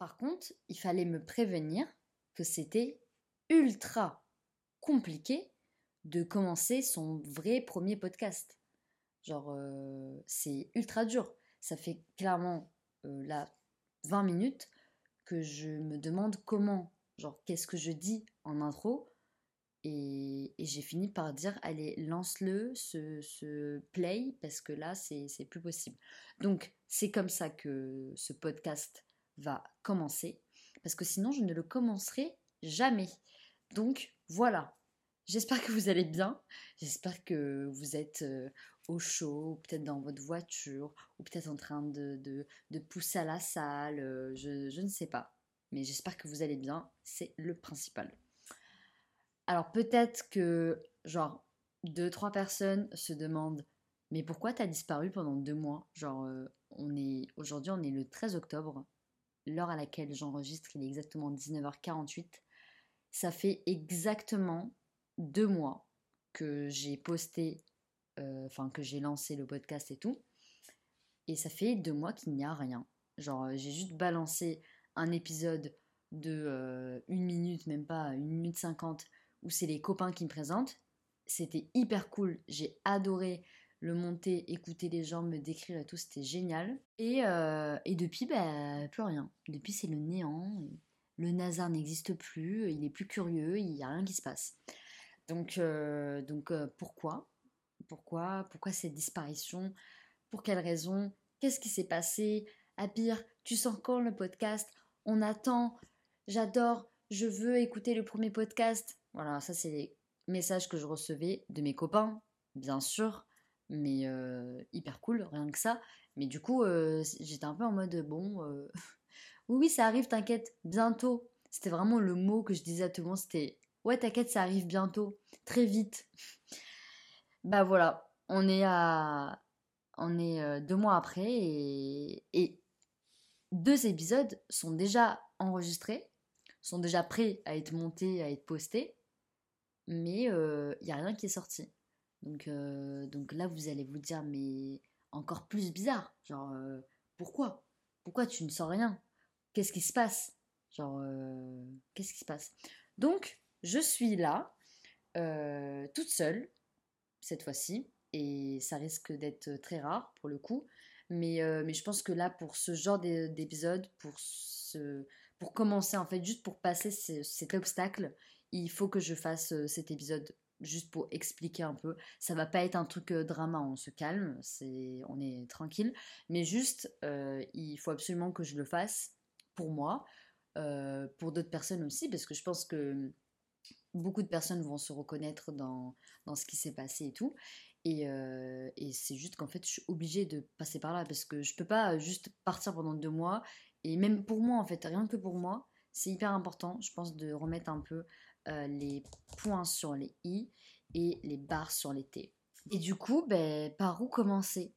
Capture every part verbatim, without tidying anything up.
Par contre, il fallait me prévenir que c'était ultra compliqué de commencer son vrai premier podcast. Genre, euh, c'est ultra dur. Ça fait clairement, euh, là, vingt minutes que je me demande comment, genre, qu'est-ce que je dis en intro. Et, et j'ai fini par dire, allez, lance-le, ce, ce play, parce que là, c'est, c'est plus possible. Donc, c'est comme ça que ce podcast va commencer, parce que sinon, je ne le commencerai jamais. Donc, voilà. J'espère que vous allez bien. J'espère que vous êtes euh, au chaud, ou peut-être dans votre voiture, ou peut-être en train de, de, de pousser à la salle. euh, je, je ne sais pas. Mais j'espère que vous allez bien. C'est le principal. Alors peut-être que, genre, deux, trois personnes se demandent, mais pourquoi t'as disparu pendant deux mois? Genre, euh, on est, aujourd'hui, on est le treize octobre. L'heure à laquelle j'enregistre, il est exactement dix-neuf heures quarante-huit. Ça fait exactement deux mois que j'ai posté, euh, enfin, que j'ai lancé le podcast et tout. Et ça fait deux mois qu'il n'y a rien. Genre, euh, j'ai juste balancé un épisode de euh, une minute, même pas une minute cinquante, où c'est les copains qui me présentent. C'était hyper cool. J'ai adoré le monter, écouter les gens me décrire et tout. C'était génial. Et, euh, et depuis, bah, plus rien. Depuis, c'est le néant. Le Nazar n'existe plus. Il est plus curieux. Il n'y a rien qui se passe. Donc, euh, donc euh, pourquoi Pourquoi Pourquoi cette disparition? Pour quelle raison? Qu'est-ce qui s'est passé? À pire, tu sens quand le podcast? On attend. J'adore. Je veux écouter le premier podcast. Voilà, ça c'est les messages que je recevais de mes copains, bien sûr, mais euh, hyper cool, rien que ça. Mais du coup, euh, j'étais un peu en mode bon, euh, oui, oui, ça arrive, t'inquiète, bientôt. C'était vraiment le mot que je disais à tout le monde. C'était ouais, t'inquiète, ça arrive bientôt, très vite. Bah voilà, on est à on est euh, deux mois après et, et deux épisodes sont déjà enregistrés, sont déjà prêts à être montés, à être postés, mais il euh, n'y a rien qui est sorti. Donc, euh, donc là, vous allez vous dire, mais encore plus bizarre. Genre, euh, pourquoi? Pourquoi tu ne sens rien? Qu'est-ce qui se passe? Genre, euh, qu'est-ce qui se passe? Donc, je suis là, euh, toute seule, cette fois-ci, et ça risque d'être très rare pour le coup. Mais, euh, mais je pense que là, pour ce genre d'é- d'épisode, pour, ce, pour commencer en fait, juste pour passer ce- cet obstacle, il faut que je fasse euh, cet épisode juste pour expliquer un peu. Ça va pas être un truc euh, drama, on se calme, c'est, on est tranquille, mais juste, euh, il faut absolument que je le fasse pour moi, euh, pour d'autres personnes aussi, parce que je pense que beaucoup de personnes vont se reconnaître dans, dans ce qui s'est passé et tout. Et, euh, et c'est juste qu'en fait, je suis obligée de passer par là parce que je peux pas juste partir pendant deux mois. Et même pour moi, en fait, rien que pour moi, c'est hyper important, je pense, de remettre un peu euh, les points sur les i et les barres sur les t. Et du coup, ben, par où commencer?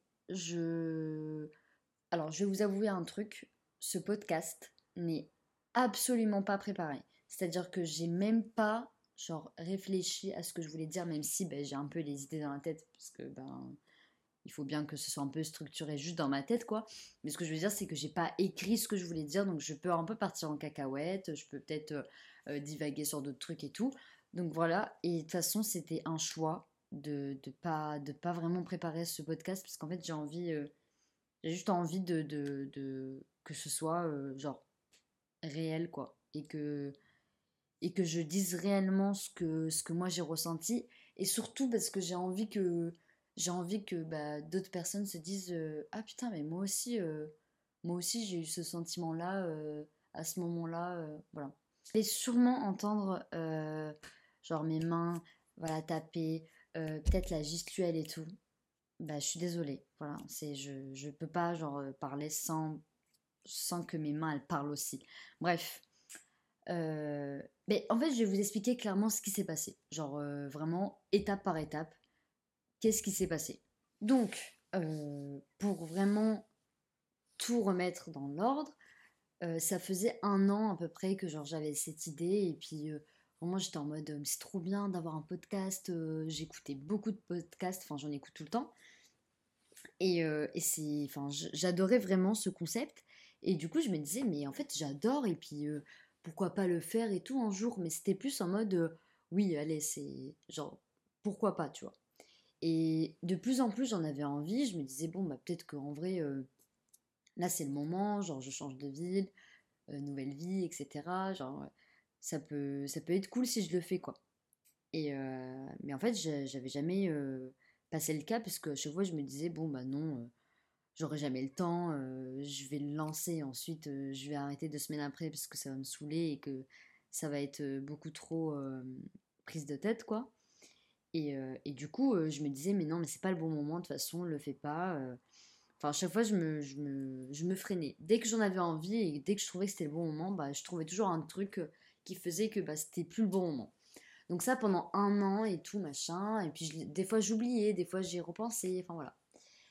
Je... Alors, je vais vous avouer un truc, ce podcast n'est absolument pas préparé. C'est-à-dire que j'ai même pas genre réfléchi à ce que je voulais dire, même si ben, j'ai un peu les idées dans la tête, parce que ben il faut bien que ce soit un peu structuré juste dans ma tête, quoi. Mais ce que je veux dire, c'est que j'ai pas écrit ce que je voulais dire, donc je peux un peu partir en cacahuète, je peux peut-être euh, euh, divaguer sur d'autres trucs et tout. Donc voilà, et de toute façon, c'était un choix de, de pas de pas vraiment préparer ce podcast, parce qu'en fait, j'ai envie, euh, j'ai juste envie de, de, de- que ce soit euh, genre réel, quoi, et que et que je dise réellement ce que, ce que moi j'ai ressenti. Et surtout parce que j'ai envie que, j'ai envie que bah, d'autres personnes se disent euh, ah putain, mais moi aussi, euh, moi aussi j'ai eu ce sentiment-là euh, à ce moment-là. Euh, voilà. Et sûrement entendre euh, genre mes mains voilà, taper, euh, peut-être la gestuelle et tout. Bah, je suis désolée. Voilà, c'est, je, je peux pas genre euh, parler sans, sans que mes mains elles parlent aussi. Bref. Euh, mais en fait, je vais vous expliquer clairement ce qui s'est passé. Genre, euh, vraiment, étape par étape, qu'est-ce qui s'est passé. Donc, euh, pour vraiment tout remettre dans l'ordre, euh, ça faisait un an à peu près que genre j'avais cette idée et puis euh, vraiment j'étais en mode euh, c'est trop bien d'avoir un podcast. Euh, j'écoutais beaucoup de podcasts, enfin j'en écoute tout le temps et, euh, et c'est, enfin j- j'adorais vraiment ce concept Et du coup, je me disais, mais en fait, j'adore, et puis euh, pourquoi pas le faire et tout un jour, mais c'était plus en mode, euh, oui, allez, c'est genre, pourquoi pas, tu vois. Et de plus en plus, j'en avais envie, je me disais, bon, bah peut-être qu'en vrai, euh, là, c'est le moment, genre, je change de ville, euh, nouvelle vie, et cetera. Genre, euh, ça peut, ça peut être cool si je le fais, quoi. Et euh, mais en fait, j'a- j'avais jamais euh, passé le cap, parce que à chaque fois, je me disais, bon, bah non, euh, j'aurai jamais le temps, euh, je vais le lancer, ensuite, euh, je vais arrêter deux semaines après, parce que ça va me saouler et que ça va être euh, beaucoup trop euh, prise de tête, quoi. Et, euh, et du coup, euh, je me disais, mais non, mais c'est pas le bon moment, de toute façon, le fais pas. euh. Enfin, à chaque fois, je me, je me, je me freinais. Dès que j'en avais envie et dès que je trouvais que c'était le bon moment, bah, je trouvais toujours un truc euh, qui faisait que bah, c'était plus le bon moment. Donc ça pendant un an et tout, machin. Et puis je- des fois j'oubliais, des fois j'y repensais, enfin voilà.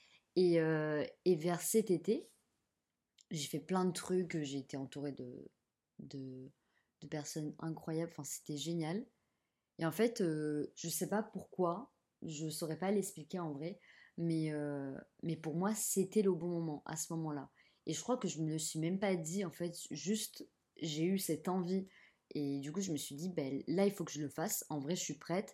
Et, euh, et vers cet été, j'ai fait plein de trucs, j'ai été entourée de, de, de personnes incroyables, enfin c'était génial. Et en fait, euh, je sais pas pourquoi, je saurais pas l'expliquer en vrai, mais, euh, mais pour moi, c'était le bon moment à ce moment-là. Et je crois que je me le suis même pas dit, en fait, juste j'ai eu cette envie. Et du coup, je me suis dit, ben là, il faut que je le fasse. En vrai, je suis prête.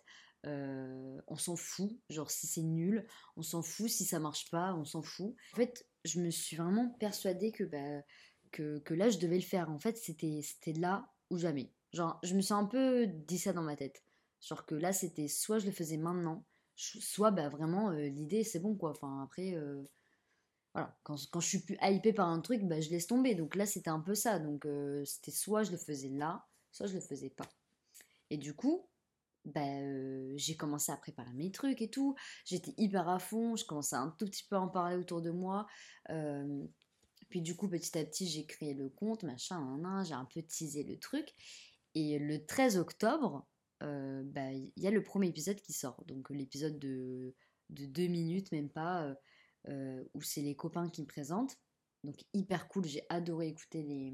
Euh, on s'en fout. Genre, si c'est nul, on s'en fout. Si ça marche pas, on s'en fout. En fait, je me suis vraiment persuadée que, bah, que, que là, je devais le faire. En fait, c'était, c'était là ou jamais. Genre, je me suis un peu dit ça dans ma tête. Genre que là, c'était soit je le faisais maintenant, soit bah vraiment euh, l'idée c'est bon quoi. Enfin après, euh, voilà, quand, quand je suis plus hypée par un truc, bah je laisse tomber. Donc là, c'était un peu ça. Donc euh, c'était soit je le faisais là, soit je le faisais pas. Et du coup, bah, euh, j'ai commencé à préparer mes trucs et tout. J'étais hyper à fond. Je commençais à un tout petit peu à en parler autour de moi. Euh, puis du coup, petit à petit, j'ai créé le compte, machin, nan, nan, j'ai un peu teasé le truc. Et le treize octobre, euh, bah, il y a le premier épisode qui sort. Donc l'épisode de, de deux minutes, même pas, euh, euh, où c'est les copains qui me présentent. Donc hyper cool, j'ai adoré écouter les,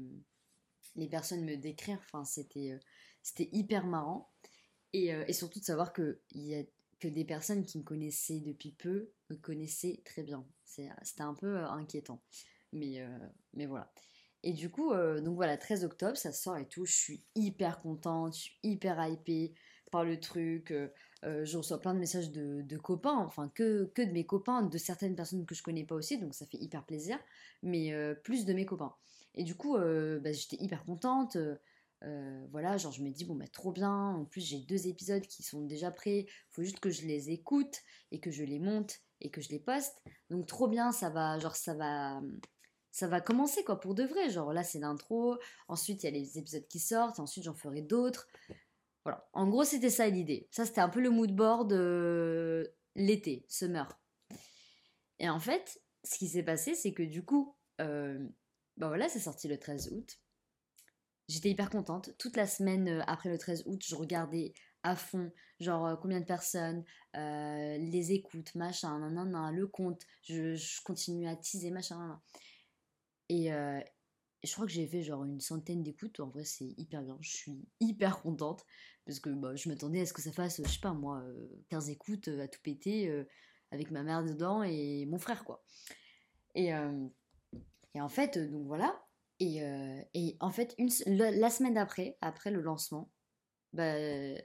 les personnes me décrire. Enfin, c'était euh, c'était hyper marrant. Et, euh, et surtout de savoir que, il y a, que des personnes qui me connaissaient depuis peu me connaissaient très bien. C'est- C'était un peu euh, inquiétant. Mais, euh, mais voilà. Et du coup, euh, donc voilà, treize octobre, ça sort et tout. Je suis hyper contente, je suis hyper hypée par le truc. euh, euh, je reçois plein de messages de, de copains, enfin que, que de mes copains, de certaines personnes que je connais pas aussi, donc ça fait hyper plaisir, mais euh, plus de mes copains. Et du coup, euh, bah, j'étais hyper contente. euh, euh, voilà, genre je me dis, bon, bah trop bien. En plus, j'ai deux épisodes qui sont déjà prêts. Faut juste que je les écoute et que je les monte et que je les poste. Donc trop bien, ça va, genre ça va, ça va commencer quoi pour de vrai. Genre là, c'est l'intro. Ensuite, il y a les épisodes qui sortent. Ensuite, j'en ferai d'autres. Voilà. En gros, c'était ça l'idée. Ça, c'était un peu le mood board euh, l'été, summer. Et en fait, ce qui s'est passé, c'est que du coup, euh, bah voilà, c'est sorti le treize août. J'étais hyper contente. Toute la semaine euh, après le treize août, je regardais à fond, genre euh, combien de personnes, euh, les écoutes, machin, nanana, le compte. Je, je continue à teaser, machin, nanana. Et, euh, et je crois que j'ai fait genre une centaine d'écoutes. En vrai, c'est hyper bien. Je suis hyper contente parce que bah, je m'attendais à ce que ça fasse, je sais pas moi, euh, quinze écoutes euh, à tout péter euh, avec ma mère dedans et mon frère, quoi. Et, euh, et en fait, euh, donc voilà. Et, euh, et en fait, une, se- la, la semaine d'après, après le lancement, bah,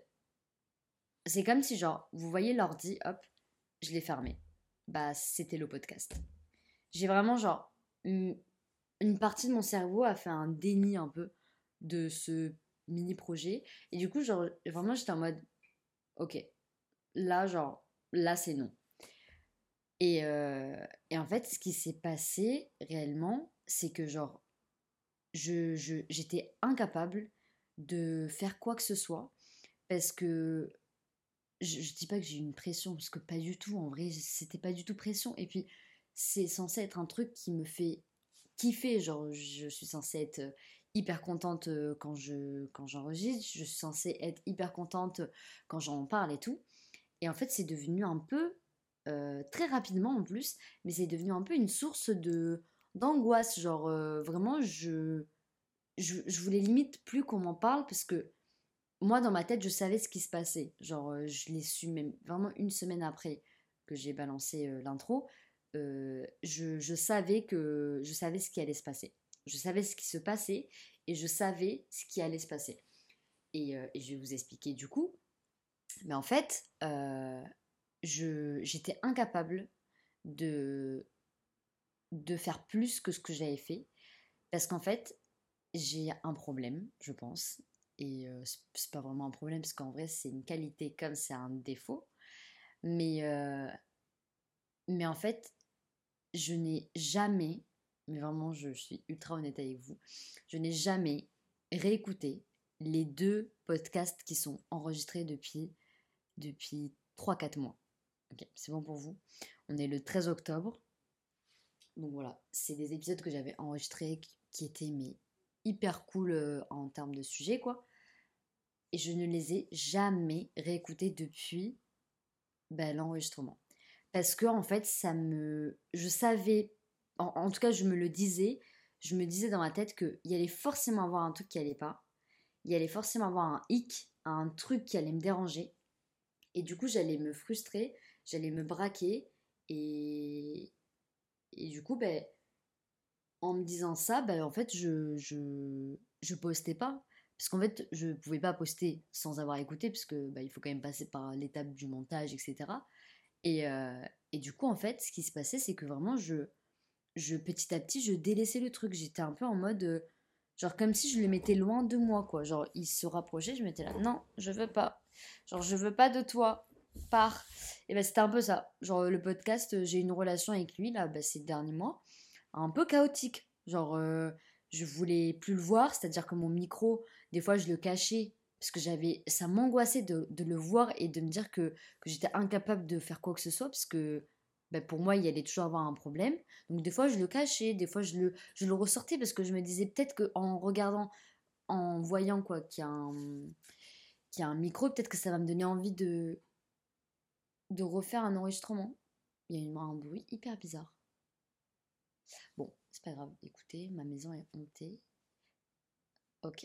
c'est comme si, genre, vous voyez l'ordi, hop, je l'ai fermé. Bah, c'était le podcast. J'ai vraiment, genre, une, une partie de mon cerveau a fait un déni un peu de ce mini projet. Et du coup, genre, vraiment, j'étais en mode, ok, là, genre, là, c'est non. Et, euh, et en fait, ce qui s'est passé réellement, c'est que, genre, je, je- j'étais incapable de faire quoi que ce soit parce que je, je dis pas que j'ai eu une pression parce que pas du tout en vrai c'était pas du tout pression et puis c'est censé être un truc qui me fait kiffer genre je suis censée être euh, hyper contente euh, quand je quand j'enregistre je suis censée être hyper contente quand j'en parle et tout et en fait c'est devenu un peu euh, très rapidement en plus mais c'est devenu un peu une source de d'angoisse genre euh, vraiment je je, je voulais limite plus qu'on m'en parle parce que moi, dans ma tête, je savais ce qui se passait. Genre, euh, je l'ai su même vraiment une semaine après que j'ai balancé euh, l'intro. Euh, je, je savais que je savais ce qui allait se passer. je savais ce qui se passait et je savais ce qui allait se passer. Et, euh, et je vais vous expliquer du coup. Mais en fait, euh, je, j'étais incapable de, de faire plus que ce que j'avais fait. Parce qu'en fait, j'ai un problème, je pense. Et euh, c'est c'est pas vraiment un problème, parce qu'en vrai, c'est une qualité comme c'est un défaut. Mais, euh, mais en fait, je n'ai jamais, mais vraiment, je suis ultra honnête avec vous, je n'ai jamais réécouté les deux podcasts qui sont enregistrés depuis, depuis trois quatre mois. Ok, c'est bon pour vous. On est le treize octobre. Donc voilà, c'est des épisodes que j'avais enregistrés qui, qui étaient mais hyper cool euh, en termes de sujet, quoi. Et je ne les ai jamais réécoutés depuis ben, l'enregistrement. Parce que en fait, ça me... Je savais, en, en tout cas je me le disais, je me disais dans ma tête qu'il y allait forcément avoir un truc qui allait pas. Il y allait forcément avoir un hic, un truc qui allait me déranger. Et du coup, j'allais me frustrer, j'allais me braquer. Et, et du coup, ben, en me disant ça, ben, en fait, je, je, je postais pas. Parce qu'en fait, je pouvais pas poster sans avoir écouté, parce que ben, il faut quand même passer par l'étape du montage, et cetera. Et, euh, et du coup, en fait, ce qui se passait, c'est que vraiment, je, je petit à petit, je délaissais le truc. J'étais un peu en mode, euh, genre comme si je le mettais loin de moi, quoi. Genre, il se rapprochait, je m'étais là, non, je veux pas. Genre, je veux pas de toi. Pars. Et ben, c'était un peu ça. Genre, le podcast, euh, j'ai une relation avec lui, là, ben, ces derniers mois, un peu chaotique. Genre, euh, je voulais plus le voir, c'est-à-dire que mon micro, des fois, je le cachais parce que j'avais, ça m'angoissait de, de le voir et de me dire que, que j'étais incapable de faire quoi que ce soit parce que ben, pour moi, il y allait toujours avoir un problème. Donc, des fois, je le cachais, des fois, je le, je le ressortais parce que je me disais peut-être qu'en regardant, en voyant quoi, qu'il y a un, qu'il y a un micro, peut-être que ça va me donner envie de, de refaire un enregistrement. Il y a une- un bruit hyper bizarre. Bon, c'est pas grave. Écoutez, ma maison est hantée. Ok.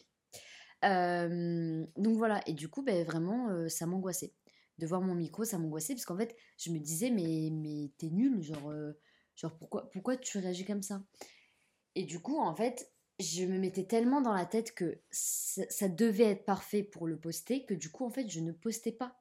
Euh, donc voilà, et du coup, ben, vraiment, euh, ça m'angoissait. De voir mon micro, ça m'angoissait, parce qu'en fait, je me disais, mais, mais t'es nul, genre, euh, genre pourquoi, pourquoi tu réagis comme ça? Et du coup, en fait, je me mettais tellement dans la tête que ça, ça devait être parfait pour le poster, que du coup, en fait, je ne postais pas.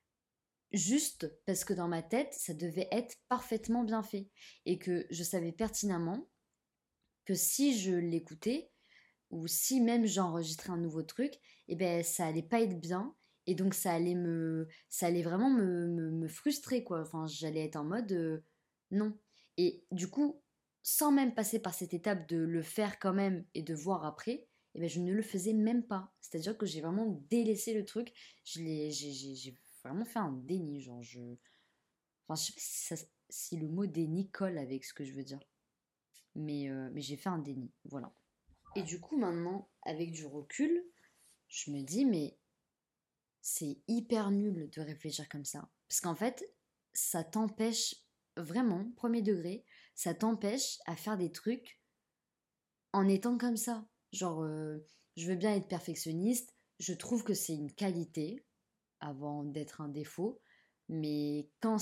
Juste parce que dans ma tête, ça devait être parfaitement bien fait. Et que je savais pertinemment que si je l'écoutais, ou si même j'enregistrais un nouveau truc, et ben ça allait pas être bien et donc ça allait me ça allait vraiment me, me, me frustrer quoi. Enfin, j'allais être en mode euh, non. Et du coup, sans même passer par cette étape de le faire quand même et de voir après, et ben je ne le faisais même pas. C'est-à-dire que j'ai vraiment délaissé le truc, je l'ai j'ai j'ai- j'ai vraiment fait un déni, genre je enfin je sais pas si, ça- si le mot déni colle avec ce que je veux dire. Mais, euh, mais j'ai fait un déni, voilà. Et du coup, maintenant, avec du recul, je me dis, mais c'est hyper nul de réfléchir comme ça. Parce qu'en fait, ça t'empêche, vraiment, premier degré, ça t'empêche à faire des trucs en étant comme ça. Genre, euh, je veux bien être perfectionniste, je trouve que c'est une qualité avant d'être un défaut, mais quand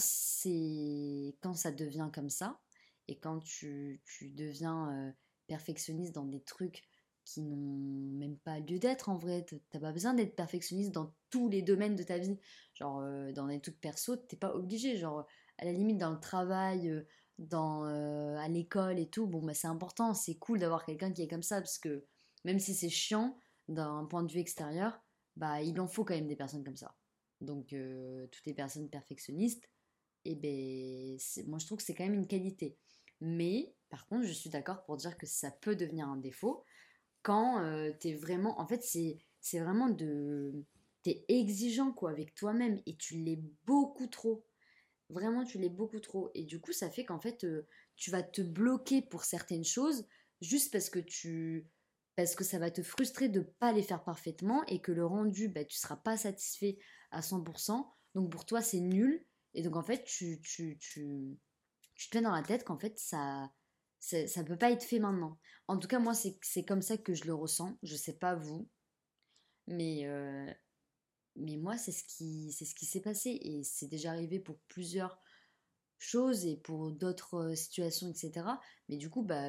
c'est quand ça devient comme ça, et quand tu, tu deviens euh, perfectionniste dans des trucs qui n'ont même pas lieu d'être en vrai, t'as pas besoin d'être perfectionniste dans tous les domaines de ta vie. Genre, euh, dans les trucs perso, t'es pas obligé. Genre, à la limite, dans le travail, euh, dans, euh, à l'école et tout, bon, bah, c'est important, c'est cool d'avoir quelqu'un qui est comme ça, parce que même si c'est chiant d'un point de vue extérieur, bah, il en faut quand même des personnes comme ça. Donc, euh, toutes les personnes perfectionnistes, et ben, c'est- moi je trouve que c'est quand même une qualité. Mais, par contre, je suis d'accord pour dire que ça peut devenir un défaut quand euh, t'es vraiment. En fait, c'est c'est vraiment de. T'es exigeant quoi avec toi-même et tu l'es beaucoup trop. Vraiment, tu l'es beaucoup trop. Et du coup, ça fait qu'en fait, euh, tu vas te bloquer pour certaines choses juste parce que tu. Parce que ça va te frustrer de ne pas les faire parfaitement et que le rendu, bah, tu ne seras pas satisfait à cent pour cent. Donc pour toi, c'est nul. Et donc en fait, tu, tu, tu, tu te mets dans la tête qu'en fait, ça ça ça peut pas être fait maintenant. En tout cas, moi, c'est c'est comme ça que je le ressens. Je sais pas vous, mais, euh, mais moi, c'est ce qui, c'est ce qui s'est passé. Et c'est déjà arrivé pour plusieurs choses et pour d'autres euh, situations, et cetera. Mais du coup, bah,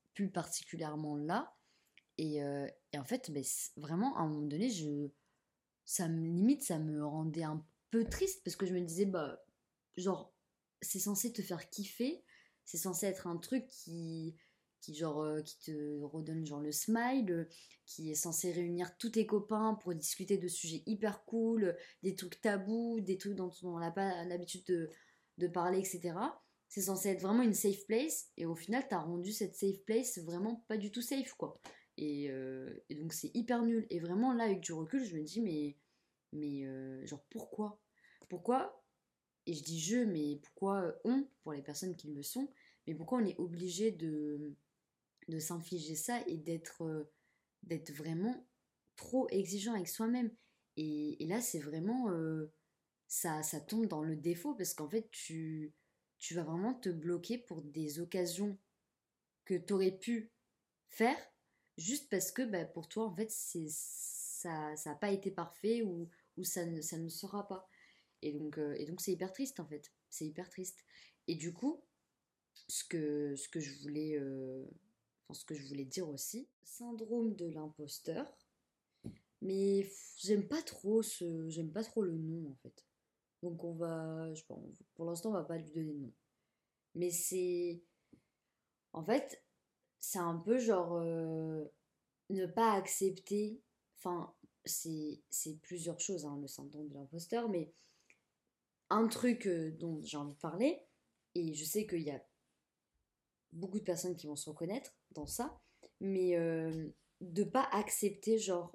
plus particulièrement là. Et, euh, et en fait, ben, c'est- vraiment, à un moment donné, je, ça me limite, ça me rendait un peu triste parce que je me disais, bah, genre, c'est censé te faire kiffer, c'est censé être un truc qui, qui genre, euh, qui te redonne genre le smile, euh, qui est censé réunir tous tes copains pour discuter de sujets hyper cool, des trucs tabous, des trucs dont on n'a pas l'habitude de, de parler, et cetera. C'est censé être vraiment une safe place, et au final, t'as rendu cette safe place vraiment pas du tout safe, quoi. Et, euh, et donc, c'est hyper nul. Et vraiment, là, avec du recul, je me dis, mais, mais euh, genre, pourquoi Pourquoi et je dis je, mais pourquoi euh, on, pour les personnes qui le sont, mais pourquoi on est obligé de, de s'infliger ça et d'être euh, d'être vraiment trop exigeant avec soi-même. Et, et là, c'est vraiment, euh, ça, ça tombe dans le défaut parce qu'en fait, tu, tu vas vraiment te bloquer pour des occasions que tu aurais pu faire juste parce que bah, pour toi, en fait, c'est, ça ça n'a pas été parfait ou, ou ça, ne, ça ne sera pas. Et donc, euh, et donc c'est hyper triste en fait. C'est hyper triste. Et du coup, ce que, ce que je voulais, euh, enfin, ce que je voulais dire aussi, syndrome de l'imposteur. Mais pff, j'aime pas trop ce, j'aime pas trop le nom en fait. Donc on va, je pense, pour l'instant on va pas lui donner de nom. Mais c'est, en fait, c'est un peu genre euh, ne pas accepter. Enfin, c'est, c'est plusieurs choses hein, le syndrome de l'imposteur, mais un truc euh, dont j'ai envie de parler, et je sais qu'il y a beaucoup de personnes qui vont se reconnaître dans ça, mais euh, de pas accepter genre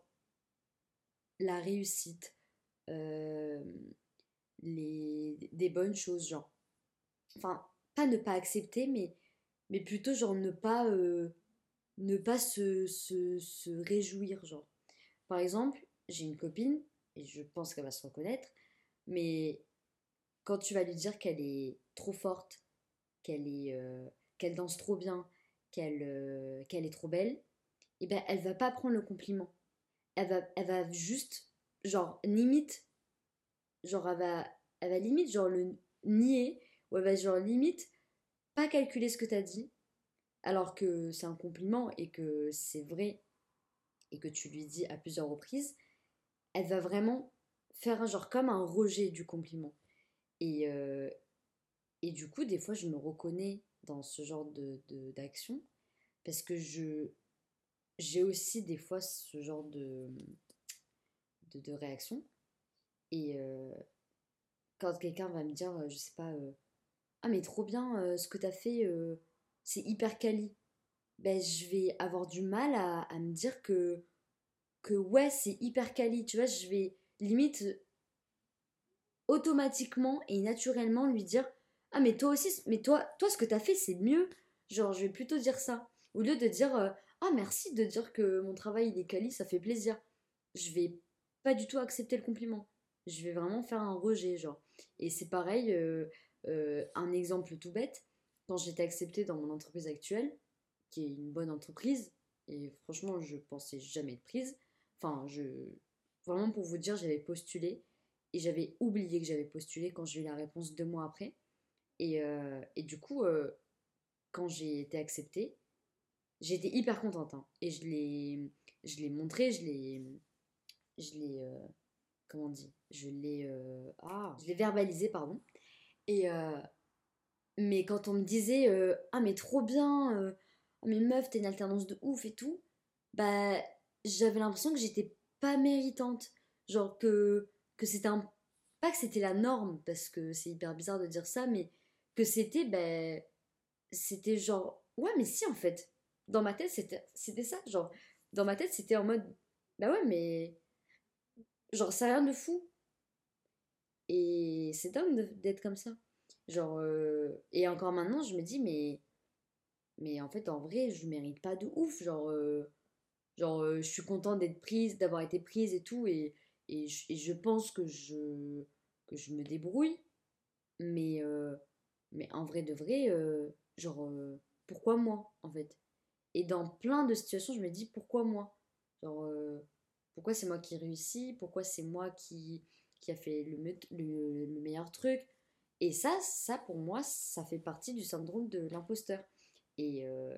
la réussite, euh, les, des bonnes choses, genre. Enfin, pas ne pas accepter, mais, mais plutôt genre ne pas, euh, ne pas se, se, se réjouir, genre. Par exemple, j'ai une copine, et je pense qu'elle va se reconnaître, mais quand tu vas lui dire qu'elle est trop forte, qu'elle est, euh, qu'elle danse trop bien, qu'elle euh, qu'elle est trop belle, et ben elle va pas prendre le compliment. Elle va, elle va juste, genre, limite, genre, elle va, elle va limite, genre, le nier, ou elle va, genre, limite, pas calculer ce que t'as dit, alors que c'est un compliment et que c'est vrai et que tu lui dis à plusieurs reprises, elle va vraiment faire un genre comme un rejet du compliment. Et, euh, et du coup, des fois, je me reconnais dans ce genre de, de- d'action parce que je, j'ai aussi des fois ce genre de, de, de réaction. Et euh, quand quelqu'un va me dire, euh, je sais pas, euh, ah mais trop bien, euh, ce que t'as fait, euh, c'est hyper quali. Ben je vais avoir du mal à, à me dire que, que ouais, c'est hyper quali. Tu vois, je vais limite automatiquement et naturellement lui dire, ah mais toi aussi, mais toi, toi ce que t'as fait, c'est mieux. Genre, je vais plutôt dire ça. Au lieu de dire, euh, ah merci de dire que mon travail il est quali, ça fait plaisir. Je vais pas du tout accepter le compliment. Je vais vraiment faire un rejet, genre. Et c'est pareil, euh, euh, un exemple tout bête, quand j'étais acceptée dans mon entreprise actuelle, qui est une bonne entreprise, et franchement, je pensais jamais être prise. Enfin, je. Vraiment pour vous dire, j'avais postulé et j'avais oublié que j'avais postulé quand j'ai eu la réponse deux mois après. Et, euh, et du coup, euh, quand j'ai été acceptée, j'ai été hyper contente. Hein. Et je l'ai, je l'ai montré, je l'ai, je l'ai, euh, comment on dit, je l'ai, euh, ah, je l'ai verbalisé, pardon. Et euh, mais quand on me disait, euh, ah mais trop bien, euh, oh, mais meuf, t'es une alternance de ouf et tout, bah j'avais l'impression que j'étais pas méritante, genre que que c'était un, pas que c'était la norme parce que c'est hyper bizarre de dire ça, mais que c'était, bah c'était genre, ouais, mais si, en fait. Dans ma tête, c'était c'était ça. Genre, dans ma tête, c'était en mode, bah ouais, mais genre, c'est rien de fou. Et c'est dingue de- d'être comme ça. Genre, euh, et encore maintenant, je me dis, mais, mais en fait, en vrai, je mérite pas de ouf. Genre, euh, genre euh, je suis contente d'être prise, d'avoir été prise et tout. Et, et, je, et je pense que je, que je me débrouille. Mais, euh, mais en vrai de vrai, euh, genre, euh, pourquoi moi, en fait? Et dans plein de situations, je me dis pourquoi moi? Genre, euh, pourquoi c'est moi qui réussis? Pourquoi c'est moi qui, qui a fait le, me- le, le meilleur truc? Et ça, ça pour moi, ça fait partie du syndrome de l'imposteur. Et, euh,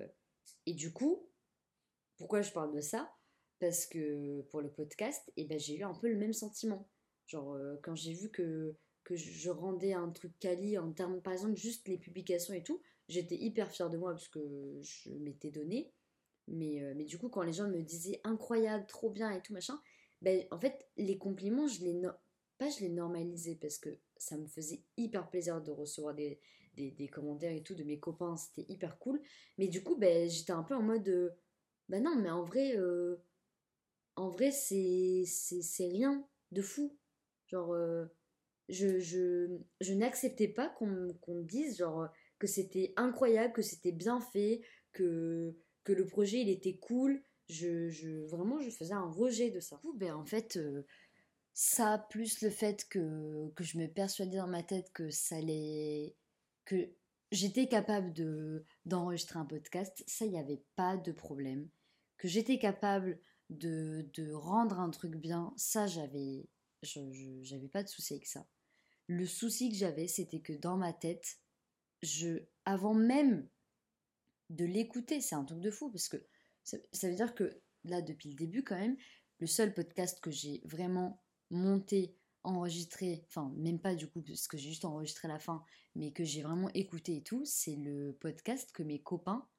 Et du coup, pourquoi je parle de ça? Parce que pour le podcast, eh ben, j'ai eu un peu le même sentiment. Genre, euh, quand j'ai vu que, que je rendais un truc quali en termes, par exemple, juste les publications et tout, j'étais hyper fière de moi parce que je m'étais donné. Mais, euh, mais du coup, quand les gens me disaient incroyable, trop bien et tout machin, ben, en fait, les compliments, je les no- pas je les normalisais parce que ça me faisait hyper plaisir de recevoir des, des, des commentaires et tout de mes copains, c'était hyper cool. Mais du coup, ben, j'étais un peu en mode, euh, bah non, mais en vrai, euh, en vrai, c'est, c'est, c'est rien de fou. Genre, euh, je, je, je n'acceptais pas qu'on me qu'on me dise genre, que c'était incroyable, que c'était bien fait, que, que le projet il était cool. Je, je, vraiment, je faisais un rejet de ça. Du coup, ben, en fait, euh, ça, plus le fait que, que je me persuadais dans ma tête que ça allait. Que j'étais capable de, d'enregistrer un podcast, ça, il n'y avait pas de problème. Que j'étais capable de, de rendre un truc bien, ça, j'avais. Je, je- j'avais pas de souci avec ça. Le souci que j'avais, c'était que dans ma tête, je, avant même de l'écouter, c'est un truc de fou, parce que ça, ça veut dire que là, depuis le début, quand même, le seul podcast que j'ai vraiment monté, enregistré, enfin, même pas du coup, parce que j'ai juste enregistré la fin, mais que j'ai vraiment écouté et tout, c'est le podcast que mes copains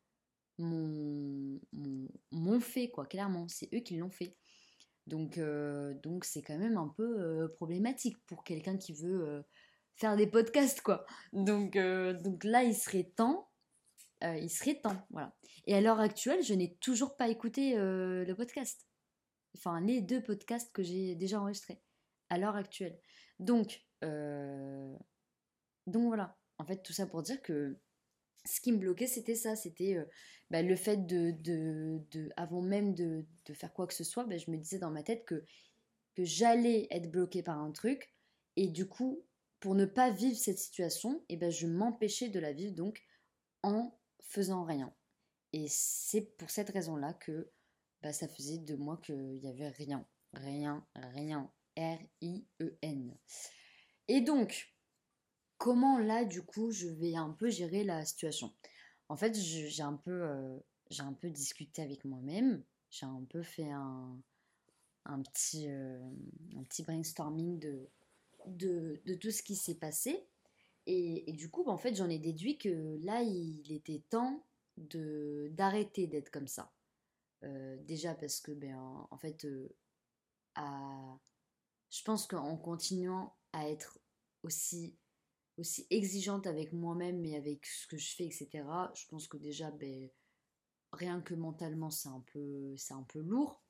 m'ont, m'ont, m'ont fait, quoi, clairement, c'est eux qui l'ont fait. Donc, euh, donc c'est quand même un peu euh, problématique pour quelqu'un qui veut euh, faire des podcasts, quoi. Donc, euh, donc là, il serait temps, euh, il serait temps, voilà. Et à l'heure actuelle, je n'ai toujours pas écouté euh, le podcast. Enfin, les deux podcasts que j'ai déjà enregistrés à l'heure actuelle. Donc, euh, donc voilà. En fait, tout ça pour dire que ce qui me bloquait, c'était ça, c'était euh, bah, le fait de, de, de- avant même de, de faire quoi que ce soit, bah, je me disais dans ma tête que que j'allais être bloquée par un truc. Et du coup, pour ne pas vivre cette situation, et ben, je m'empêchais de la vivre donc en faisant rien. Et c'est pour cette raison-là que bah, ça faisait deux mois qu'il n'y avait rien. Rien, rien. R I E N. Et donc, comment là, du coup, je vais un peu gérer la situation? En fait, je- j'ai un peu, euh, j'ai un peu discuté avec moi-même. J'ai un peu fait un, un petit, euh, un petit brainstorming de, de, de tout ce qui s'est passé. Et, et du coup, bah, en fait, j'en ai déduit que là, il était temps de d'arrêter d'être comme ça. Euh, déjà parce que, ben, en, en fait, euh, à, je pense qu'en continuant à être aussi, aussi exigeante avec moi-même et avec ce que je fais, et cetera, je pense que déjà, ben, rien que mentalement, c'est un peu, c'est un peu lourd.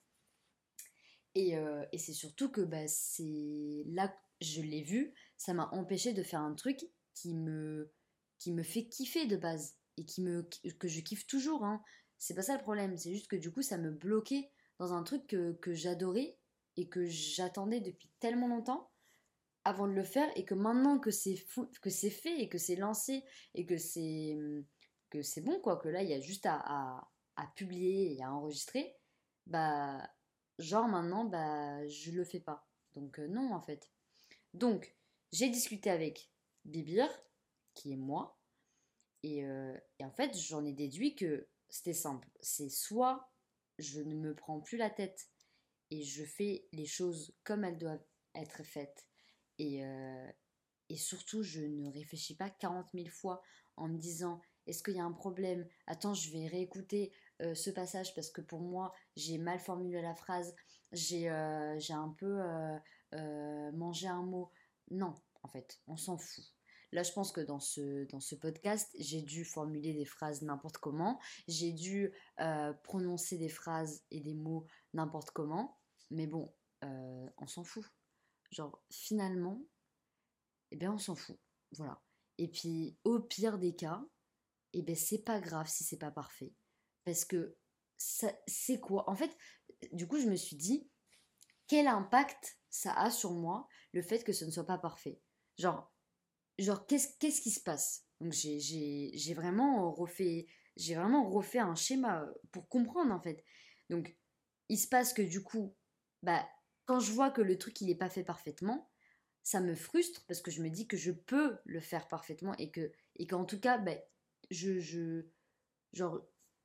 Et, euh, et c'est surtout que bah, c'est là que je l'ai vu, ça m'a empêché de faire un truc qui me, qui me fait kiffer de base et qui me, que je kiffe toujours. Hein. C'est pas ça le problème, c'est juste que du coup ça me bloquait dans un truc que, que j'adorais et que j'attendais depuis tellement longtemps avant de le faire et que maintenant que c'est fou, que c'est fait et que c'est lancé et que c'est que c'est bon quoi, que là il y a juste à, à, à publier et à enregistrer, bah genre maintenant bah je le fais pas. Donc euh, non en fait. Donc j'ai discuté avec Bibir, qui est moi, et, euh, et en fait j'en ai déduit que c'était simple. C'est soit je ne me prends plus la tête et je fais les choses comme elles doivent être faites et, euh, et surtout, je ne réfléchis pas quarante mille fois en me disant est-ce qu'il y a un problème? Attends, je vais réécouter euh, ce passage parce que pour moi, j'ai mal formulé la phrase, j'ai euh, j'ai un peu euh, euh, mangé un mot. Non, en fait, on s'en fout. Là, je pense que dans ce, dans ce podcast, j'ai dû formuler des phrases n'importe comment, j'ai dû euh, prononcer des phrases et des mots n'importe comment, mais bon, euh, on s'en fout. Genre, finalement, eh bien on s'en fout. Voilà. Et puis au pire des cas, eh bien c'est pas grave si c'est pas parfait. Parce que ça, c'est quoi? En fait, du coup, je me suis dit, quel impact ça a sur moi le fait que ce ne soit pas parfait? Genre, genre qu'est-ce, qu'est-ce qui se passe? Donc j'ai, j'ai, j'ai vraiment refait, j'ai vraiment refait un schéma pour comprendre en fait. Donc il se passe que du coup, bah, quand je vois que le truc il est pas fait parfaitement, ça me frustre parce que je me dis que je peux le faire parfaitement et que et qu'en tout cas ben je, je genre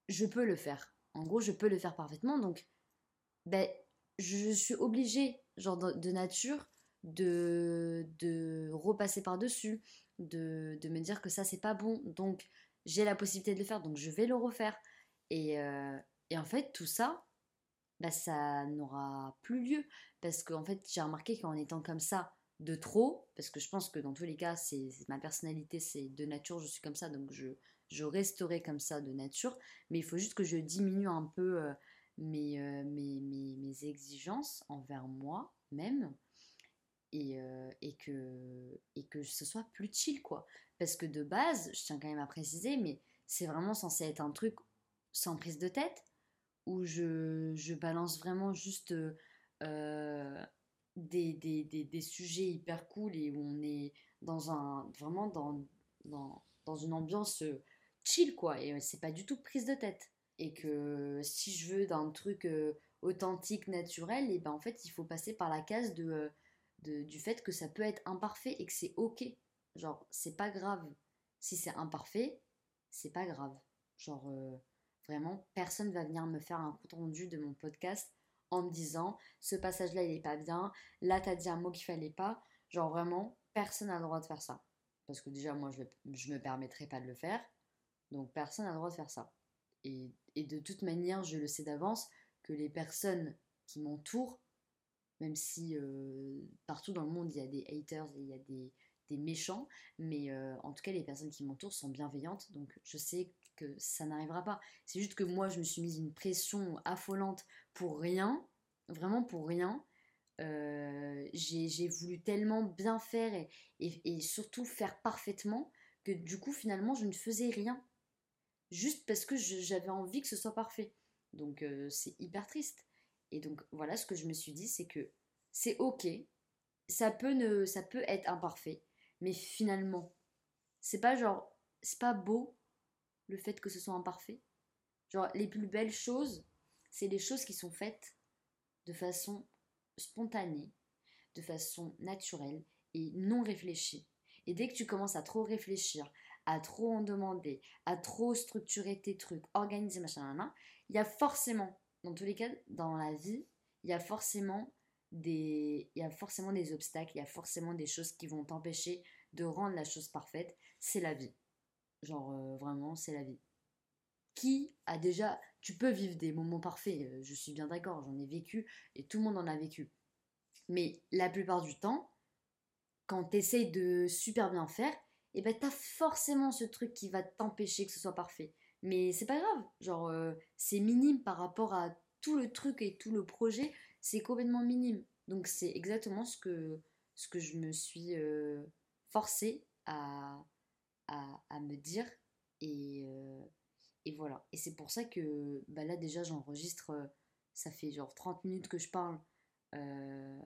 je peux le faire. En gros, je peux le faire parfaitement. Donc, ben, je suis obligée, genre de, de nature, de, de repasser par-dessus, de, de me dire que ça, c'est pas bon. Donc, j'ai la possibilité de le faire, donc je vais le refaire. Et, euh, et en fait, tout ça, bah, ça n'aura plus lieu. Parce qu'en fait, j'ai remarqué qu'en étant comme ça de trop, parce que je pense que dans tous les cas, c'est c'est ma personnalité, c'est de nature, je suis comme ça, donc je, je resterai comme ça de nature. Mais il faut juste que je diminue un peu euh, mes, euh, mes, mes, mes exigences envers moi-même et, euh, et, que, et que ce soit plus chill, quoi. Parce que de base, je tiens quand même à préciser, mais c'est vraiment censé être un truc sans prise de tête où je, je balance vraiment juste euh, des, des, des, des sujets hyper cool et où on est dans un, vraiment dans, dans, dans une ambiance euh, chill, quoi. Et euh, c'est pas du tout prise de tête. Et que si je veux d'un truc euh, authentique, naturel, et ben en fait, il faut passer par la case de, euh, de, du fait que ça peut être imparfait et que c'est ok. Genre, c'est pas grave. Si c'est imparfait, c'est pas grave. Genre, euh, vraiment, personne va venir me faire un compte rendu de mon podcast en me disant ce passage-là, il est pas bien, là, t'as dit un mot qu'il fallait pas. Genre, vraiment, personne n'a le droit de faire ça. Parce que déjà, moi, je, vais, je me permettrai pas de le faire. Donc, personne n'a le droit de faire ça. Et, et de toute manière, je le sais d'avance que les personnes qui m'entourent, même si euh, partout dans le monde il y a des haters et il y a des, des méchants, mais euh, en tout cas les personnes qui m'entourent sont bienveillantes, donc je sais que ça n'arrivera pas. C'est juste que moi je me suis mise une pression affolante pour rien, vraiment pour rien. Euh, j'ai, j'ai voulu tellement bien faire et, et, et surtout faire parfaitement que du coup finalement je ne faisais rien, juste parce que je- j'avais envie que ce soit parfait. Donc euh, c'est hyper triste. Et donc voilà ce que je me suis dit, c'est que c'est ok, ça peut, ne, ça peut être imparfait, mais finalement, c'est pas genre, c'est pas beau le fait que ce soit imparfait. Genre les plus belles choses, c'est les choses qui sont faites de façon spontanée, de façon naturelle et non réfléchie. Et dès que tu commences à trop réfléchir, à trop en demander, à trop structurer tes trucs, organiser machin, nan, il y a forcément, dans tous les cas, dans la vie, il y a forcément des, il y a forcément des obstacles, il y a forcément des choses qui vont t'empêcher de rendre la chose parfaite. C'est la vie. Genre, euh, vraiment, c'est la vie. Qui a déjà... Tu peux vivre des moments parfaits, euh, je suis bien d'accord, j'en ai vécu et tout le monde en a vécu. Mais la plupart du temps, quand tu essayes de super bien faire, et ben t'as forcément ce truc qui va t'empêcher que ce soit parfait. Mais c'est pas grave, genre euh, c'est minime par rapport à tout le truc et tout le projet, c'est complètement minime. Donc c'est exactement ce que, ce que je me suis euh, forcée à, à, à me dire. Et, euh, et voilà. Et c'est pour ça que bah là déjà j'enregistre, euh, ça fait genre trente minutes que je parle. Euh,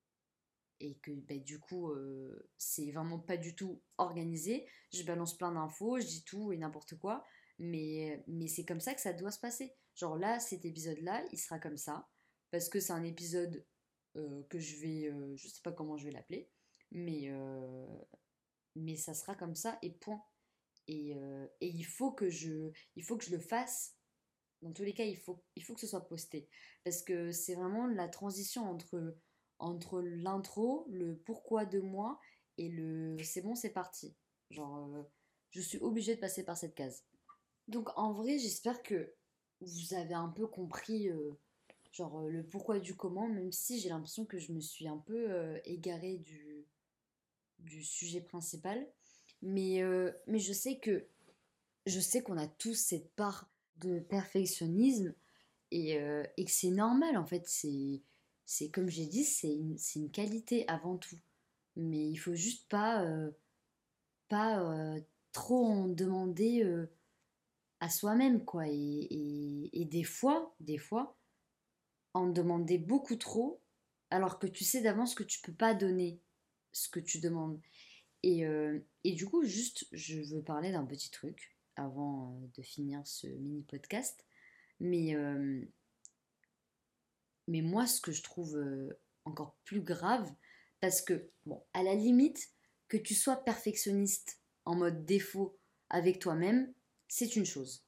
et que bah, du coup euh, c'est vraiment pas du tout organisé. Je balance plein d'infos, je dis tout et n'importe quoi, mais, mais c'est comme ça que ça doit se passer. Genre là, cet épisode-là, il sera comme ça, parce que c'est un épisode euh, que je vais, euh, je sais pas comment je vais l'appeler, mais, euh, mais ça sera comme ça et point. Et, euh, et il faut que je, il faut que je le fasse. Dans tous les cas, il faut, il faut que ce soit posté. Parce que c'est vraiment la transition entre, entre l'intro, le pourquoi de moi et le c'est bon, c'est parti. Genre, euh, je suis obligée de passer par cette case. Donc en vrai, j'espère que vous avez un peu compris euh, genre euh, le pourquoi du comment, même si j'ai l'impression que je me suis un peu euh, égarée du, du sujet principal. Mais, euh, mais je sais que je sais qu'on a tous cette part de perfectionnisme et, euh, et que c'est normal en fait. C'est, c'est comme j'ai dit, c'est une, c'est une qualité avant tout. Mais il faut juste pas, euh, pas euh, trop en demander euh, à soi-même quoi. Et, et, et des fois, des fois, en demander beaucoup trop, alors que tu sais d'avance que tu peux pas donner ce que tu demandes. Et, euh, et du coup, juste, je veux parler d'un petit truc avant euh, de finir ce mini podcast. Mais, euh, mais moi, ce que je trouve euh, encore plus grave, parce que, bon, à la limite, que tu sois perfectionniste en mode défaut avec toi-même, c'est une chose.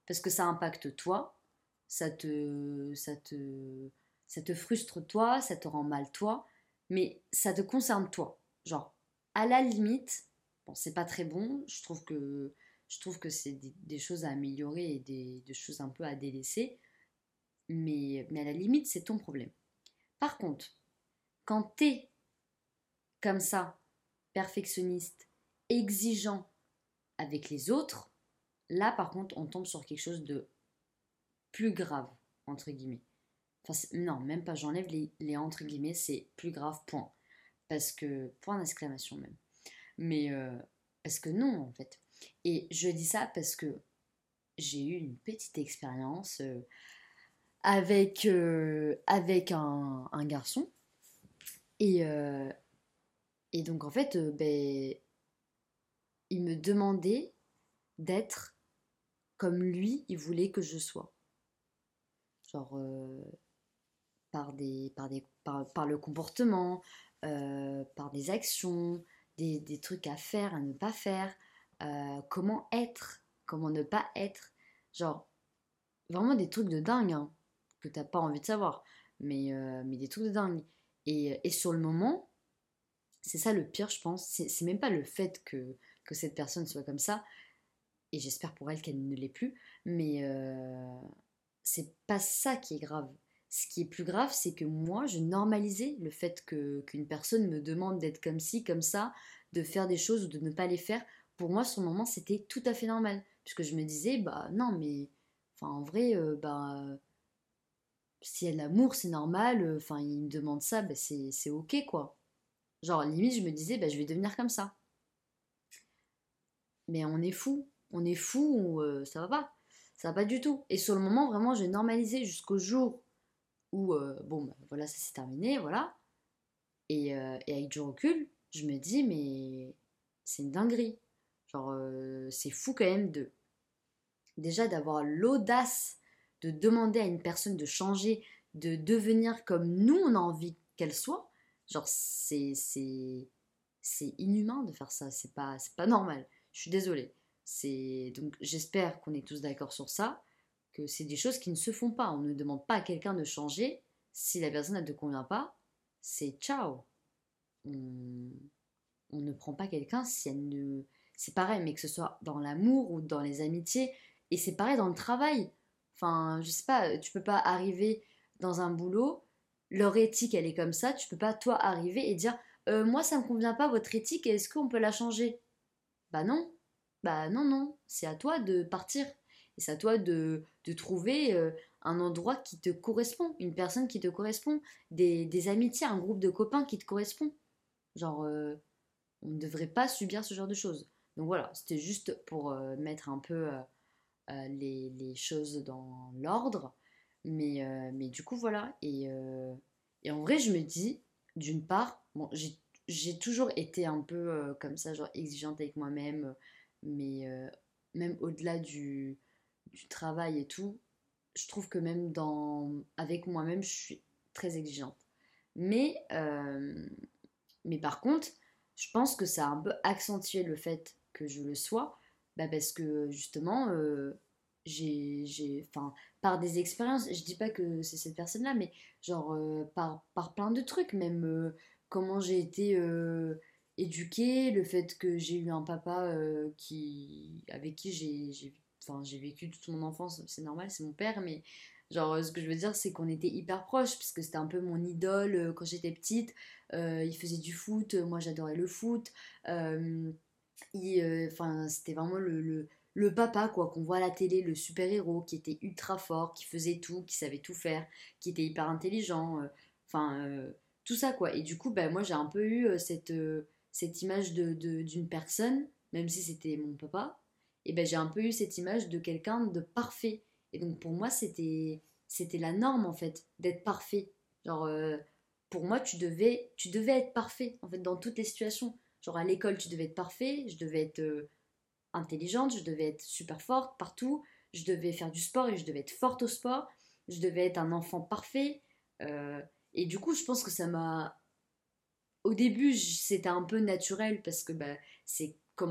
parce que ça impacte toi, ça te, ça te, ça te frustre toi, ça te rend mal toi, mais ça te concerne toi. Genre, à la limite, bon, c'est pas très bon, je trouve que, je trouve que c'est des, des choses à améliorer et des, des choses un peu à délaisser, mais, mais à la limite, c'est ton problème. Par contre, quand t'es comme ça, perfectionniste, exigeant avec les autres, là par contre, on tombe sur quelque chose de plus grave, entre guillemets. Enfin, non, même pas, j'enlève les, les entre guillemets, c'est plus grave, point. Parce que, point d'exclamation même. Mais, euh, parce que non, en fait. Et je dis ça parce que j'ai eu une petite expérience euh, avec, euh, avec un, un garçon. Et, euh, et donc, en fait, euh, ben, il me demandait d'être comme lui, il voulait que je sois. Genre, euh, par, des, par, des, par, par le comportement, euh, par des actions, des, des trucs à faire, à ne pas faire, euh, comment être, comment ne pas être. Genre, vraiment des trucs de dingue, hein, que t'as pas envie de savoir, mais, euh, mais des trucs de dingue. Et, et sur le moment, c'est ça le pire, je pense, c'est c'est même pas le fait que, que cette personne soit comme ça, et j'espère pour elle qu'elle ne l'est plus, mais euh, c'est pas ça qui est grave. Ce qui est plus grave, c'est que moi, je normalisais le fait que qu'une personne me demande d'être comme ci, comme ça, de faire des choses ou de ne pas les faire. Pour moi, sur le moment, c'était tout à fait normal. Puisque je me disais, bah non, mais enfin, en vrai, euh, bah, si elle a l'amour, c'est normal. euh, Enfin, il me demande ça, bah, c'est c'est ok, quoi. Genre, limite, je me disais, bah, je vais devenir comme ça. Mais on est fou. On est fou, ou, euh, ça va pas. Ça va pas du tout. Et sur le moment, vraiment, j'ai normalisé jusqu'au jour où, euh, bon, bah, voilà, ça s'est terminé, voilà. Et, euh, et avec du recul, je me dis, mais c'est une dinguerie. Genre, euh, c'est fou quand même de, déjà d'avoir l'audace de demander à une personne de changer, de devenir comme nous, on a envie qu'elle soit. Genre, c'est, c'est, c'est inhumain de faire ça. C'est pas, c'est pas normal. Je suis désolée. C'est, donc, j'espère qu'on est tous d'accord sur ça, que c'est des choses qui ne se font pas. On ne demande pas à quelqu'un de changer. Si la personne ne te convient pas, c'est ciao. On, on ne prend pas quelqu'un si elle ne... C'est pareil, mais que ce soit dans l'amour ou dans les amitiés, et c'est pareil dans le travail. Enfin, je sais pas, tu peux pas arriver dans un boulot, leur éthique elle est comme ça, tu peux pas toi arriver et dire Euh, moi ça me convient pas votre éthique, est-ce qu'on peut la changer? Bah non, bah non, non, c'est à toi de partir. Et c'est à toi de, de trouver euh, un endroit qui te correspond, une personne qui te correspond, des, des amitiés, un groupe de copains qui te correspond. Genre, euh, on ne devrait pas subir ce genre de choses. Donc voilà, c'était juste pour euh, mettre un peu euh, euh, les, les choses dans l'ordre. Mais, euh, mais du coup, voilà. Et, euh, et en vrai, je me dis, d'une part, bon, j'ai, j'ai toujours été un peu euh, comme ça, genre exigeante avec moi-même, mais euh, même au-delà du, du travail et tout, je trouve que même dans, avec moi-même, je suis très exigeante. Mais, euh, mais par contre, je pense que ça a un peu accentué le fait que je le sois, bah parce que justement, euh, j'ai, j'ai, enfin, par des expériences, je dis pas que c'est cette personne-là, mais genre euh, par, par plein de trucs, même euh, comment j'ai été euh, éduquée, le fait que j'ai eu un papa euh, qui, avec qui j'ai, j'ai, enfin, j'ai vécu toute mon enfance, c'est normal, c'est mon père, mais genre euh, ce que je veux dire, c'est qu'on était hyper proches, parce que c'était un peu mon idole euh, quand j'étais petite. Euh, il faisait du foot, euh, moi j'adorais le foot. Euh, il, euh, enfin, c'était vraiment le, le, le papa quoi qu'on voit à la télé, le super-héros qui était ultra fort, qui faisait tout, qui savait tout faire, qui était hyper intelligent. euh, Enfin, euh, tout ça quoi. Et du coup, bah, moi j'ai un peu eu euh, cette, euh, cette image de, de- d'une personne, même si c'était mon papa, et ben j'ai un peu eu cette image de quelqu'un de parfait. Et donc pour moi, c'était, c'était la norme en fait, d'être parfait. Genre, euh, pour moi, tu devais, tu devais être parfait, en fait, dans toutes les situations. Genre, à l'école, tu devais être parfait, je devais être euh, intelligente, je devais être super forte partout, je devais faire du sport et je devais être forte au sport, je devais être un enfant parfait. euh, et du coup, je pense que ça m'a... Au début, j- c'était un peu naturel parce que bah, c'est comment...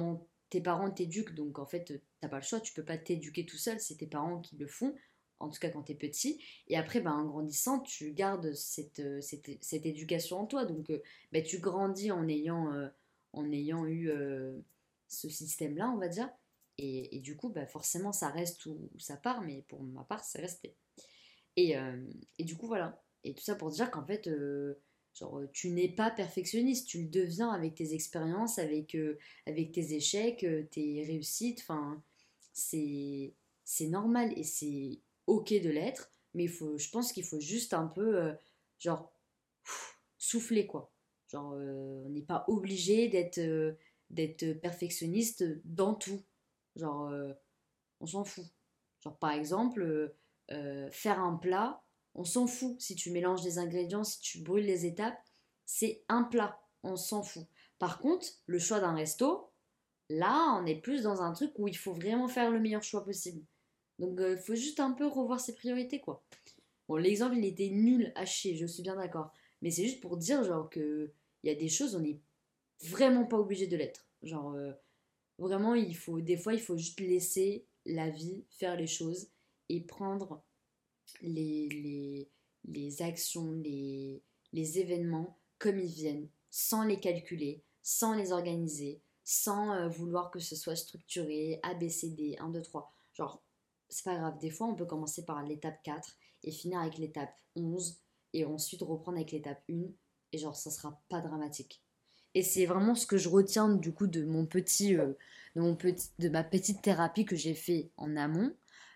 tes parents t'éduquent, donc en fait, t'as pas le choix, tu peux pas t'éduquer tout seul, c'est tes parents qui le font, en tout cas quand t'es petit. Et après, ben, en grandissant, tu gardes cette, euh, cette, cette éducation en toi. Donc, euh, ben, tu grandis en ayant, euh, en ayant eu euh, ce système-là, on va dire. Et, et du coup, ben, forcément, ça reste où, où ça part, mais pour ma part, c'est resté. Et, euh, et du coup, voilà. Et tout ça pour dire qu'en fait, euh, genre, euh, tu n'es pas perfectionniste, tu le deviens avec tes expériences, avec, euh, avec tes échecs, euh, tes réussites. Enfin, c'est, c'est normal et c'est ok de l'être, mais il faut, je pense qu'il faut juste un peu, euh, genre, pff, souffler, quoi. Genre, euh, on n'est pas obligé d'être euh, d'être perfectionniste dans tout. Genre, euh, on s'en fout. Genre par exemple, euh, euh, faire un plat, on s'en fout. Si tu mélanges les ingrédients, si tu brûles les étapes, c'est un plat, on s'en fout. Par contre, le choix d'un resto, là, on est plus dans un truc où il faut vraiment faire le meilleur choix possible. Donc il euh, faut juste un peu revoir ses priorités, quoi. Bon, l'exemple, il était nul à chier, je suis bien d'accord. Mais c'est juste pour dire, genre, que il y a des choses, on n'est vraiment pas obligé de l'être. Genre, euh, vraiment, il faut, des fois, il faut juste laisser la vie faire les choses et prendre les, les, les actions, les, les événements comme ils viennent, sans les calculer, sans les organiser, sans euh, vouloir que ce soit structuré, A, B, C, D, un, deux, trois. Genre, c'est pas grave, des fois, on peut commencer par l'étape quatre et finir avec l'étape onze et ensuite reprendre avec l'étape un et genre, ça sera pas dramatique. Et c'est vraiment ce que je retiens du coup de mon petit, euh, de mon petit, de ma petite thérapie que j'ai fait en amont.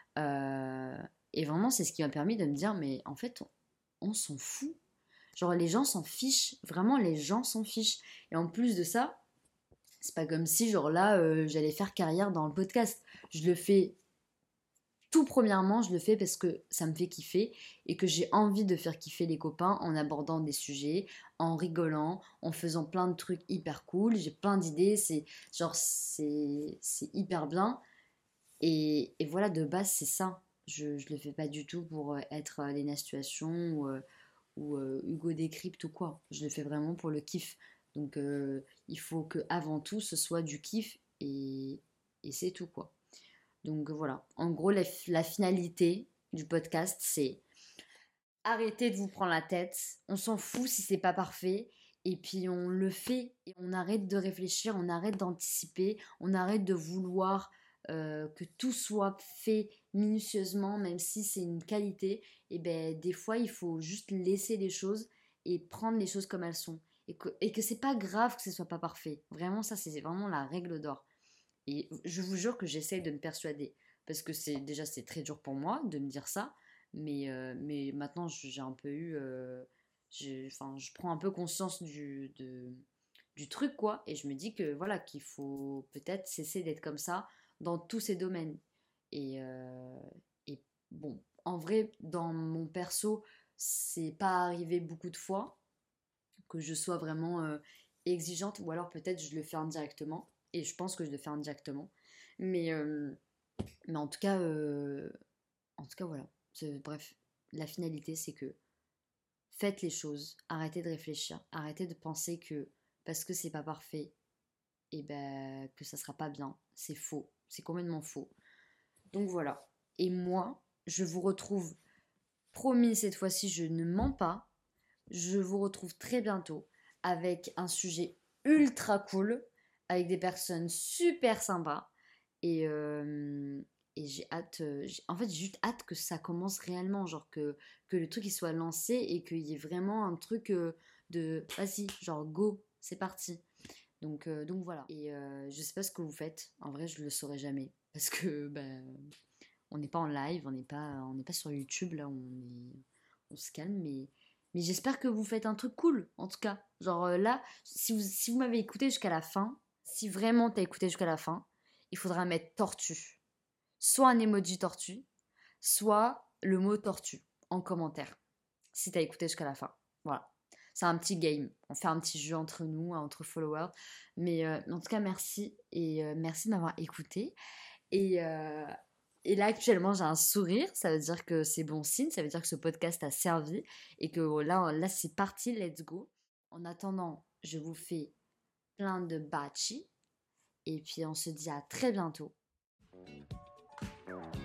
Euh, et vraiment, c'est ce qui m'a permis de me dire, mais en fait, on, on s'en fout. Genre, les gens s'en fichent. Vraiment, les gens s'en fichent. Et en plus de ça, c'est pas comme si, genre là, euh, j'allais faire carrière dans le podcast. Je le fais tout premièrement, je le fais parce que ça me fait kiffer et que j'ai envie de faire kiffer les copains en abordant des sujets, en rigolant, en faisant plein de trucs hyper cool. J'ai plein d'idées, c'est genre c'est c'est hyper bien. Et, et voilà, de base, c'est ça. Je, je le fais pas du tout pour euh, être euh, Léna Situation ou, euh, ou euh, Hugo Décrypte ou quoi. Je le fais vraiment pour le kiff. Donc euh, il faut que avant tout, ce soit du kiff et, et c'est tout quoi. Donc voilà, en gros, la, la finalité du podcast, c'est arrêtez de vous prendre la tête. On s'en fout si c'est pas parfait. Et puis on le fait et on arrête de réfléchir, on arrête d'anticiper, on arrête de vouloir euh, que tout soit fait minutieusement, même si c'est une qualité. Et ben des fois, il faut juste laisser les choses et prendre les choses comme elles sont. Et que, et que c'est pas grave que ce soit pas parfait. Vraiment, ça, c'est vraiment la règle d'or. Et je vous jure que j'essaie de me persuader. Parce que c'est déjà c'est très dur pour moi de me dire ça. Mais, euh, mais maintenant j'ai un peu eu... euh, j'ai- enfin, je prends un peu conscience du, de- du truc, quoi. Et je me dis que voilà, qu'il faut peut-être cesser d'être comme ça dans tous ces domaines. Et, euh, et bon, en vrai, dans mon perso, c'est pas arrivé beaucoup de fois que je sois vraiment euh, exigeante, ou alors peut-être je le fais indirectement, et je pense que je le fais indirectement. Mais, euh, mais en tout cas, euh, en tout cas voilà. C'est- Bref, la finalité, c'est que faites les choses, arrêtez de réfléchir, arrêtez de penser que parce que c'est pas parfait, et ben que ça sera pas bien. C'est faux, c'est complètement faux. Donc voilà. Et moi, je vous retrouve, promis cette fois-ci, je ne mens pas. Je vous retrouve très bientôt avec un sujet ultra cool, avec des personnes super sympas. Et, euh, et j'ai hâte, euh, j'ai- en fait, j'ai juste hâte que ça commence réellement, genre que, que le truc il soit lancé et qu'il y ait vraiment un truc euh, de vas-y, genre go, c'est parti. Donc, euh, donc voilà. Et euh, je sais pas ce que vous faites, en vrai, je le saurai jamais. Parce que ben, on n'est pas en live, on n'est pas, on n'est pas sur YouTube, là, on est, on se calme, mais, mais j'espère que vous faites un truc cool, en tout cas. Genre euh, là, si vous, si vous m'avez écouté jusqu'à la fin, si vraiment t'as écouté jusqu'à la fin, il faudra mettre tortue. Soit un emoji tortue, soit le mot tortue en commentaire, si t'as écouté jusqu'à la fin. Voilà. C'est un petit game. On fait un petit jeu entre nous, hein, entre followers. Mais euh, en tout cas, merci. Et euh, merci de m'avoir écouté. Et, euh, et là, actuellement, j'ai un sourire. Ça veut dire que c'est bon signe. Ça veut dire que ce podcast a servi. Et que oh, là, là c'est parti. Let's go. En attendant, je vous fais plein de bachi. Et puis on se dit à très bientôt.